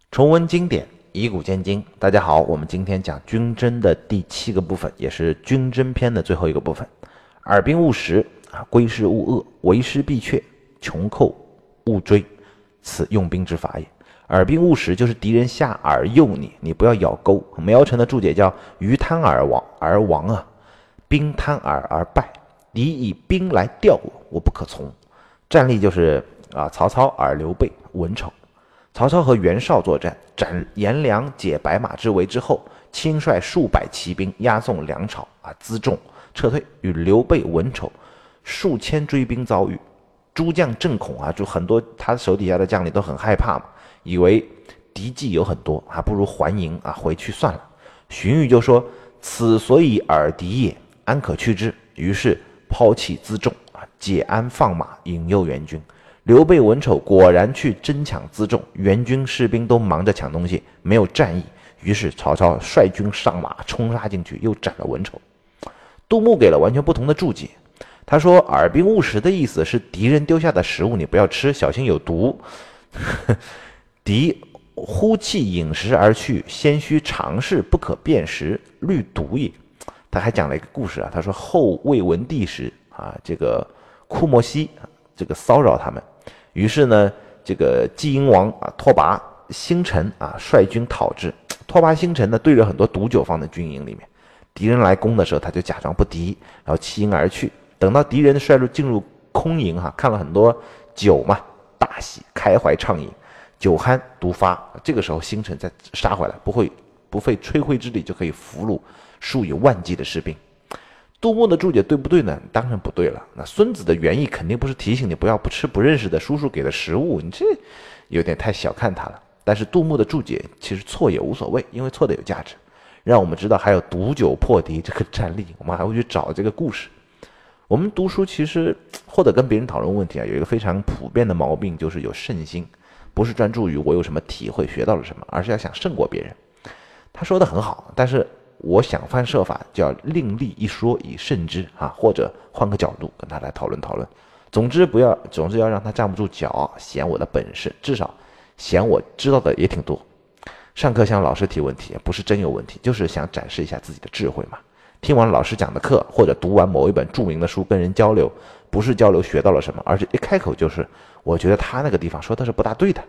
重温经典，以古鉴今。大家好，我们今天讲军争的第7个部分，也是军争篇的最后一个部分。耳兵勿食，归师勿遏，为师必却，穷寇勿追，此用兵之法也。耳兵勿食就是敌人下饵诱你，你不要咬钩。梅尧臣的注解叫鱼贪饵而亡兵贪饵而败，敌以兵来吊我，我不可从。战例就是曹操饵刘备、文丑。曹操和袁绍作战，斩颜良解白马之围之后，亲率数百骑兵押送粮草辎重撤退，与刘备、文丑数千追兵遭遇。诸将震恐就很多他手底下的将领都很害怕嘛，以为敌计有很多不如还营回去算了。荀彧就说：“此所以饵敌也，安可去之？”于是抛弃辎重解鞍放马，引诱援军。刘备、文丑果然去争抢辎重，援军士兵都忙着抢东西，没有战意。于是曹操率军上马冲杀进去，又斩了文丑。杜牧给了完全不同的注解，他说：“饵兵勿食的意思是敌人丢下的食物你不要吃，小心有毒。敌呼气饮食而去，先须尝试，不可辨识，虑毒也。”他还讲了一个故事他说后魏文帝时这个库莫西这个骚扰他们，于是呢，这个季婴王拓跋星辰率军讨之。拓跋星辰呢对着很多毒酒放在军营里面，敌人来攻的时候他就假装不敌，然后弃营而去。等到敌人率路进入空营看了很多酒嘛，大喜，开怀畅饮，酒酣毒发。这个时候星辰再杀回来，不费吹灰之力就可以俘虏数以万计的士兵。杜牧的注解对不对呢？当然不对了。那孙子的原意肯定不是提醒你不要不吃不认识的叔叔给的食物，你这有点太小看他了。但是杜牧的注解其实错也无所谓，因为错的有价值，让我们知道还有毒酒破敌这个战例，我们还会去找这个故事。我们读书其实或者跟别人讨论问题有一个非常普遍的毛病，就是有胜心，不是专注于我有什么体会学到了什么，而是要想胜过别人。他说的很好，但是我想方设法叫另立一说以胜之或者换个角度跟他来讨论讨论。总之要让他站不住脚，嫌我的本事，至少嫌我知道的也挺多。上课向老师提问题不是真有问题，就是想展示一下自己的智慧嘛。听完老师讲的课，或者读完某一本著名的书跟人交流，不是交流学到了什么，而是一开口就是我觉得他那个地方说的是不大对的。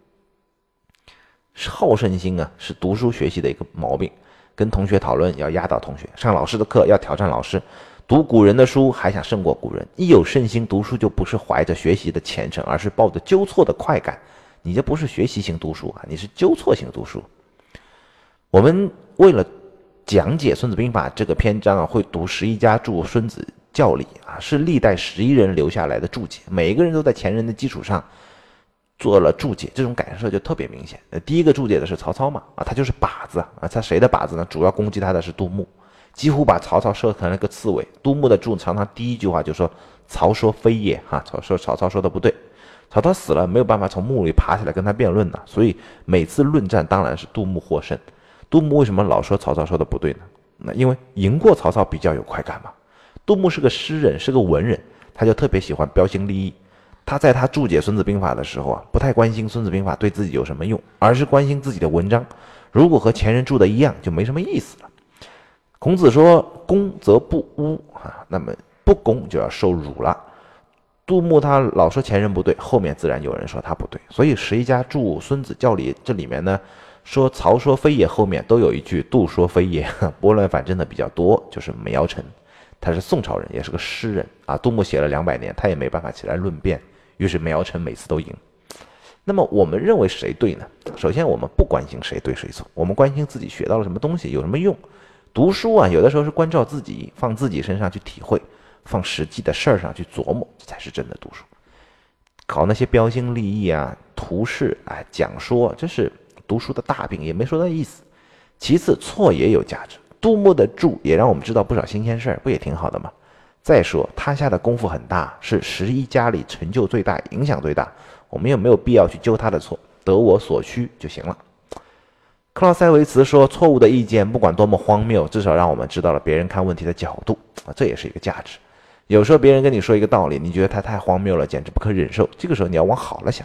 好胜心是读书学习的一个毛病，跟同学讨论要压倒同学，上老师的课要挑战老师，读古人的书还想胜过古人。一有胜心，读书就不是怀着学习的虔诚，而是抱着纠错的快感。你这不是学习型读书你是纠错型读书。我们为了讲解《孙子兵法》这个篇章会读11家注孙子教理是历代11人留下来的注解，每一个人都在前人的基础上做了注解，这种感受就特别明显。第一个注解的是曹操嘛他就是靶子他谁的靶子呢？主要攻击他的是杜牧，几乎把曹操射成了个刺猬。杜牧的注常常第一句话就说曹说非也曹操说的不对。曹操死了没有办法从墓里爬起来跟他辩论所以每次论战当然是杜牧获胜。杜牧为什么老说曹操说的不对呢？那因为赢过曹操比较有快感嘛。杜牧是个诗人，是个文人，他就特别喜欢标新立异。他在他注解《孙子兵法》的时候不太关心《孙子兵法》对自己有什么用，而是关心自己的文章。如果和前人注的一样，就没什么意思了。孔子说：“攻则不污那么不攻就要受辱了。”杜牧他老说前人不对，后面自然有人说他不对。所以11家注孙子教理这里面呢，说曹说非也后面都有一句杜说非也，拨乱反正的比较多，就是梅尧臣。他是宋朝人，也是个诗人杜牧写了200年，他也没办法起来论辩，于是梅尧臣每次都赢。那么我们认为谁对呢？首先我们不关心谁对谁错，我们关心自己学到了什么东西，有什么用。读书有的时候是关照自己，放自己身上去体会，放实际的事儿上去琢磨，这才是真的读书。搞那些标新立异图示讲说，这是读书的大病，也没说到意思。其次错也有价值，杜牧的注也让我们知道不少新鲜事儿，不也挺好的吗？再说他下的功夫很大，是11家里成就最大，影响最大，我们也没有必要去揪他的错，得我所需就行了。克劳塞维茨说，错误的意见不管多么荒谬，至少让我们知道了别人看问题的角度这也是一个价值。有时候别人跟你说一个道理，你觉得他太荒谬了，简直不可忍受，这个时候你要往好了想，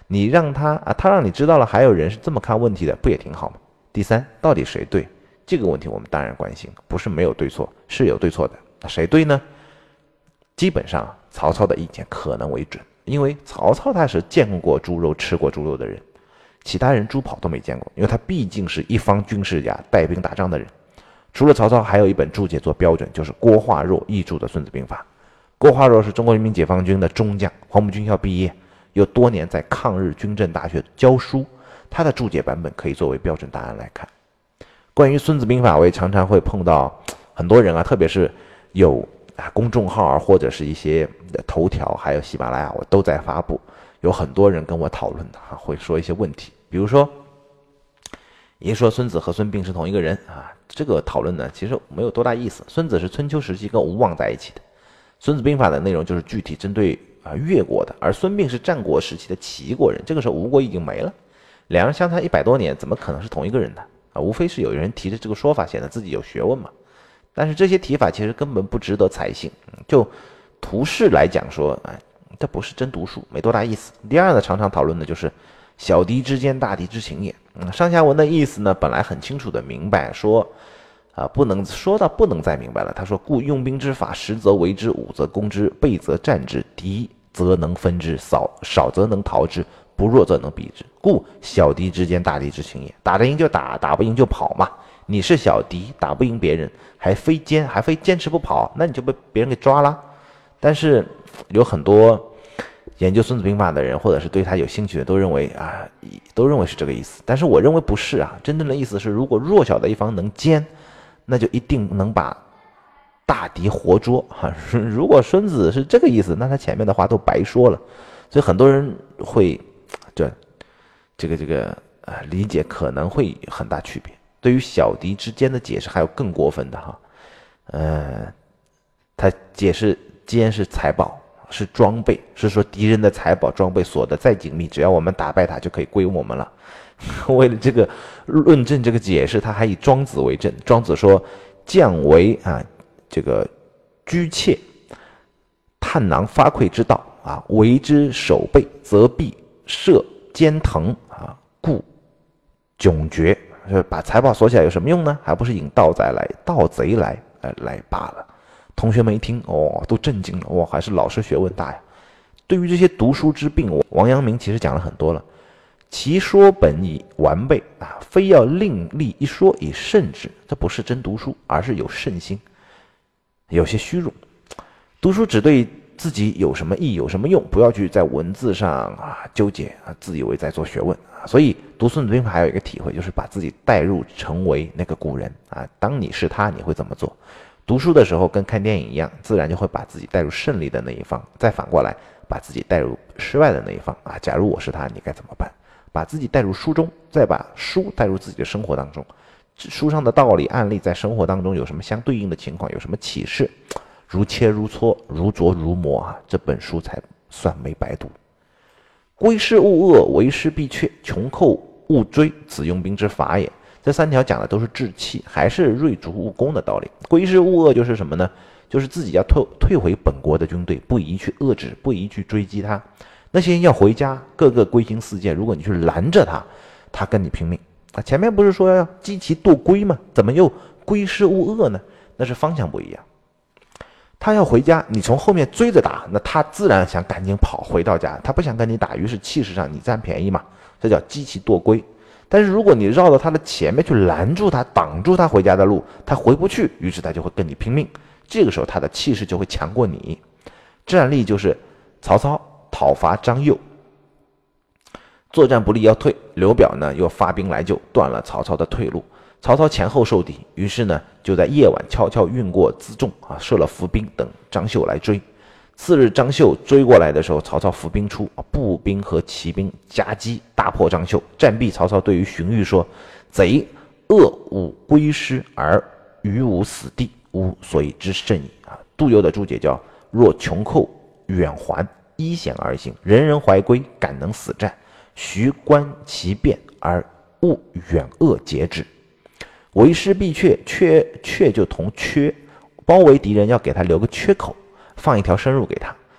你让他让你知道了还有人是这么看问题的，不也挺好吗？第三，到底谁对？这个问题我们当然关心，不是没有对错，是有对错的。那谁对呢？基本上曹操的意见可能为准，因为曹操他是见过猪肉吃过猪肉的人，其他人猪跑都没见过，因为他毕竟是一方军事家，带兵打仗的人。除了曹操，还有一本注解做标准，就是郭化若译著的《孙子兵法》。郭化若是中国人民解放军的中将，黄埔军校毕业，又多年在抗日军政大学教书，他的注解版本可以作为标准答案来看。关于《孙子兵法》，我也常常会碰到很多人特别是有公众号或者是一些头条，还有喜马拉雅，我都在发布，有很多人跟我讨论的会说一些问题，比如说一说孙子和孙膑是同一个人这个讨论呢其实没有多大意思。孙子是春秋时期跟吴王在一起的，孙子兵法的内容就是具体针对越国的，而孙膑是战国时期的齐国人，这个时候吴国已经没了，两人相差100多年，怎么可能是同一个人呢？无非是有人提着这个说法，显得自己有学问嘛。但是这些提法其实根本不值得采信，就图式来讲说，这不是真读书，没多大意思。第二呢，常常讨论的就是小敌之坚，大敌之情也。上下文的意思呢，本来很清楚的明白，说不能说到不能再明白了。他说：“故用兵之法，十则为之，五则攻之，备则战之，敌则能分之，少则能逃之，不弱则能避之。故小敌之坚，大敌之情也。打得赢就打，打不赢就跑嘛。你是小敌，打不赢别人，还非坚持不跑，那你就被别人给抓了。但是有很多研究孙子兵法的人，或者是对他有兴趣的，都认为是这个意思。但是我认为不是真正的意思是，如果弱小的一方能坚，那就一定能把大敌活捉如果孙子是这个意思，那他前面的话都白说了。所以很多人会这个理解可能会有很大区别。对于小敌之间的解释还有更过分的他解释坚是财宝，是装备，是说敌人的财宝装备锁得再紧密，只要我们打败他就可以归我们了。为了这个论证这个解释，他还以庄子为证。庄子说：“将为这个居切，探囊发聩之道为之守备，则必射坚藤故窘绝。”把财宝锁起来有什么用呢？还不是引盗贼来罢了。同学们一听都震惊了，还是老师学问大呀。对于这些读书之病，王阳明其实讲了很多了。其说本以完备非要另立一说以胜之，这不是真读书，而是有胜心，有些虚荣。读书只对自己有什么益有什么用，不要去在文字上纠结自以为在做学问所以读孙子兵法还有一个体会，就是把自己带入成为那个古人当你是他，你会怎么做？读书的时候跟看电影一样，自然就会把自己带入胜利的那一方，再反过来把自己带入失败的那一方假如我是他，你该怎么办？把自己带入书中，再把书带入自己的生活当中，书上的道理案例在生活当中有什么相对应的情况，有什么启示，如切如磋，如琢如磨这本书才算没白读。归师勿遏，为师必却，穷寇勿追，此用兵之法也。这3条讲的都是志气，还是锐卒务工的道理。归师勿遏就是什么呢？就是自己要退回本国的军队，不宜去遏制，不宜去追击他。那些人要回家，个个归心似箭，如果你去拦着他，他跟你拼命前面不是说要击其堕归吗？怎么又归师勿遏呢？那是方向不一样。他要回家，你从后面追着打，那他自然想赶紧跑回到家，他不想跟你打，于是气势上你占便宜嘛，这叫击其堕归。但是如果你绕到他的前面去拦住他，挡住他回家的路，他回不去，于是他就会跟你拼命，这个时候他的气势就会强过你。战例就是曹操讨伐张诱，作战不利要退，刘表呢又发兵来救，断了曹操的退路。曹操前后受敌，于是呢就在夜晚悄悄运过辎重设了伏兵，等张绣来追。次日张绣追过来的时候，曹操伏兵出，步兵和骑兵夹击，大破张绣。战毕，曹操对于荀彧说：“贼扼吾归师，而于吾死地，吾所以知甚矣。”杜佑的注解叫：“若穷寇远还，依险而行，人人怀归，敢能死战，徐观其变，而勿远扼截之。为师必却，却就同缺，包围敌人要给他留个缺口，放一条生路给他。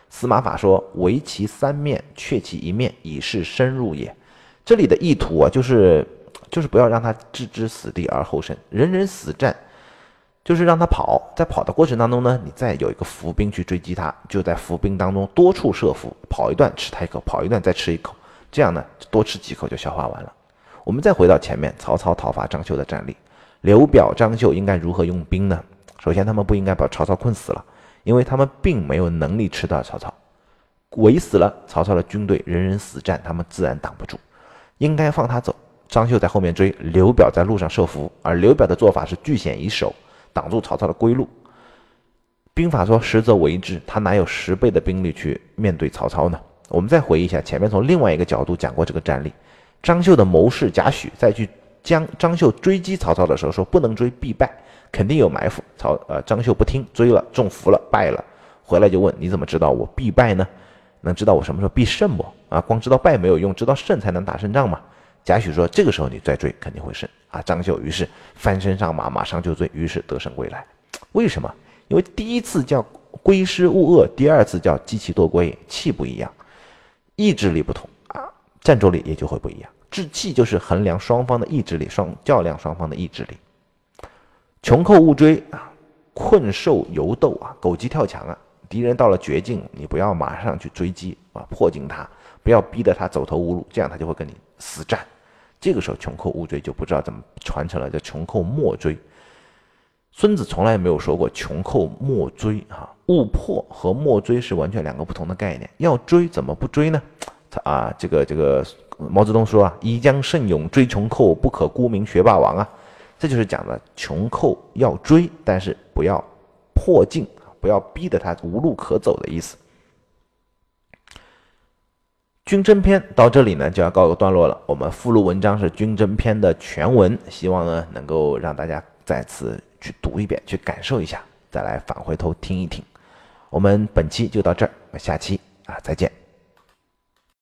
司马法说：“围其三面，却其一面，以示深入也。”这里的意图啊，就是不要让他置之死地而后生，人人死战，就是让他跑，在跑的过程当中呢，你再有一个伏兵去追击他，就在伏兵当中多处设伏，跑一段吃他一口，跑一段再吃一口，这样呢多吃几口就消化完了。我们再回到前面曹操讨伐张绣的战例，刘表、张绣应该如何用兵呢？首先他们不应该把曹操困死了，因为他们并没有能力吃到曹操，围死了曹操的军队，人人死战，他们自然挡不住，应该放他走。张绣在后面追，刘表在路上设伏，而刘表的做法是据险以守，挡住曹操的归路。兵法说实则为之，他哪有10倍的兵力去面对曹操呢？我们再回忆一下前面从另外一个角度讲过这个战例，张绣的谋士贾诩在去张绣追击曹操的时候说不能追必败，肯定有埋伏。张绣不听，追了，中伏了，败了，回来就问你怎么知道我必败呢？能知道我什么时候必胜不？光知道败没有用，知道胜才能打胜仗嘛。贾诩说这个时候你再追肯定会胜张绣于是翻身上马，马上就追，于是得胜归来。为什么？因为第一次叫归师勿遏，第二次叫击其多归，气不一样，意志力不同战斗力也就会不一样。志气就是衡量双方的意志力，较量双方的意志力。穷寇勿追困兽犹斗狗急跳墙敌人到了绝境，你不要马上去追击迫近他，不要逼得他走投无路，这样他就会跟你死战。这个时候穷寇勿追就不知道怎么传承了，叫穷寇莫追。孙子从来没有说过穷寇莫追勿迫和莫追是完全两个不同的概念。要追怎么不追呢？这个毛泽东说宜将胜勇追穷寇，不可沽名学霸王这就是讲的穷寇要追，但是不要迫近，不要逼得他无路可走的意思。军争篇到这里呢就要告个段落了。我们附录文章是军争篇的全文，希望呢能够让大家再次去读一遍，去感受一下，再来返回头听一听。我们本期就到这儿，下期再见。